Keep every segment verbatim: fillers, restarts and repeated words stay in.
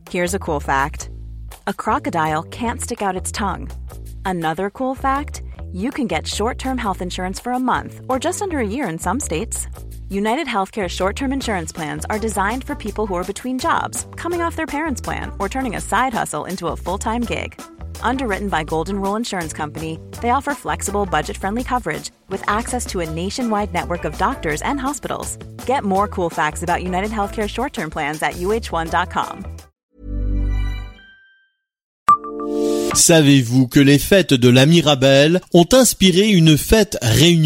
Here's a cool fact. A crocodile can't stick out its tongue. Another cool fact, you can get short-term health insurance for a month or just under a year in some states. United Healthcare short-term insurance plans are designed for people who are between jobs, coming off their parents' plan, or turning a side hustle into a full-time gig. Underwritten by Golden Rule Insurance Company, they offer flexible, budget-friendly coverage with access to a nationwide network of doctors and hospitals. Get more cool facts about United Healthcare short-term plans at U H one dot com. Savez-vous que les fêtes de la Mirabelle ont inspiré une fête réunionnaise ?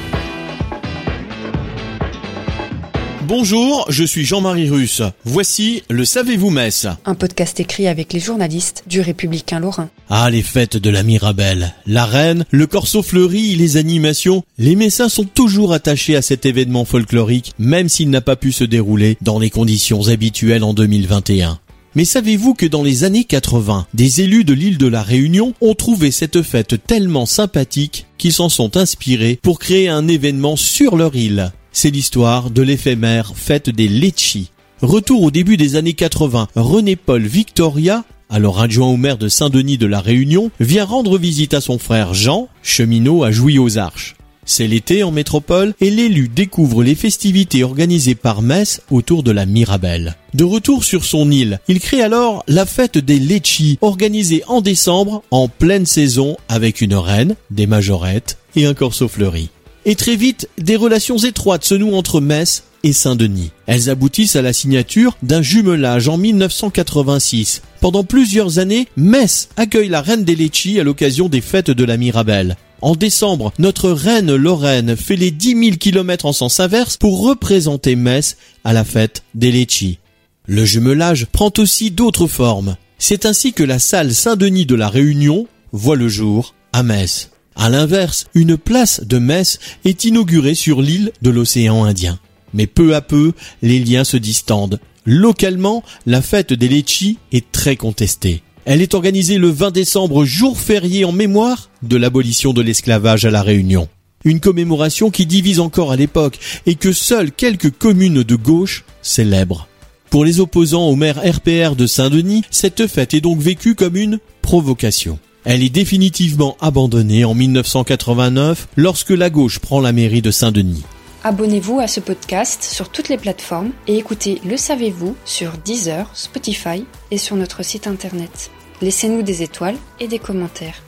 Bonjour, je suis Jean-Marie Russe. Voici le Savez-vous Metz ? Un podcast écrit avec les journalistes du Républicain Lorrain. Ah, les fêtes de la Mirabelle. La reine, le corso fleuri, les animations. Les Messins sont toujours attachés à cet événement folklorique, même s'il n'a pas pu se dérouler dans les conditions habituelles en deux mille vingt et un. Mais savez-vous que dans les années quatre-vingts, des élus de l'île de la Réunion ont trouvé cette fête tellement sympathique qu'ils s'en sont inspirés pour créer un événement sur leur île. C'est l'histoire de l'éphémère fête des Litchis. Retour au début des années quatre-vingts, René-Paul Victoria, alors adjoint au maire de Saint-Denis de la Réunion, vient rendre visite à son frère Jean, cheminot à Jouy-aux-Arches. C'est l'été en métropole et l'élu découvre les festivités organisées par Metz autour de la Mirabelle. De retour sur son île, il crée alors la fête des Litchis, organisée en décembre, en pleine saison, avec une reine, des majorettes et un corso fleuri. Et très vite, des relations étroites se nouent entre Metz et Saint-Denis. Elles aboutissent à la signature d'un jumelage en mille neuf cent quatre-vingt-six. Pendant plusieurs années, Metz accueille la reine des Litchis à l'occasion des fêtes de la Mirabelle. En décembre, notre reine Lorraine fait les dix mille kilomètres en sens inverse pour représenter Metz à la fête des Litchis. Le jumelage prend aussi d'autres formes. C'est ainsi que la salle Saint-Denis de la Réunion voit le jour à Metz. À l'inverse, une place de Metz est inaugurée sur l'île de l'océan Indien. Mais peu à peu, les liens se distendent. Localement, la fête des Litchis est très contestée. Elle est organisée le vingt décembre, jour férié en mémoire de l'abolition de l'esclavage à la Réunion. Une commémoration qui divise encore à l'époque et que seules quelques communes de gauche célèbrent. Pour les opposants au maire R P R de Saint-Denis, cette fête est donc vécue comme une provocation. Elle est définitivement abandonnée en mille neuf cent quatre-vingt-neuf lorsque la gauche prend la mairie de Saint-Denis. Abonnez-vous à ce podcast sur toutes les plateformes et écoutez Le Savez-vous sur Deezer, Spotify et sur notre site internet. Laissez-nous des étoiles et des commentaires.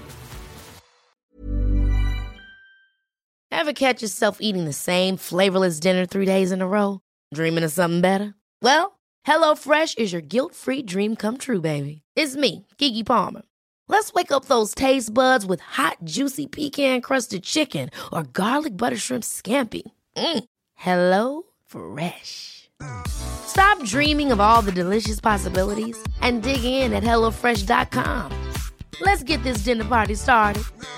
Ever catch yourself eating the same flavorless dinner three days in a row? Dreaming of something better? Well, HelloFresh is your guilt-free dream come true, baby. It's me, Keke Palmer. Let's wake up those taste buds with hot, juicy pecan-crusted chicken or garlic butter shrimp scampi. Mm. Hello Fresh. Stop dreaming of all the delicious possibilities and dig in at hello fresh dot com. Let's get this dinner party started.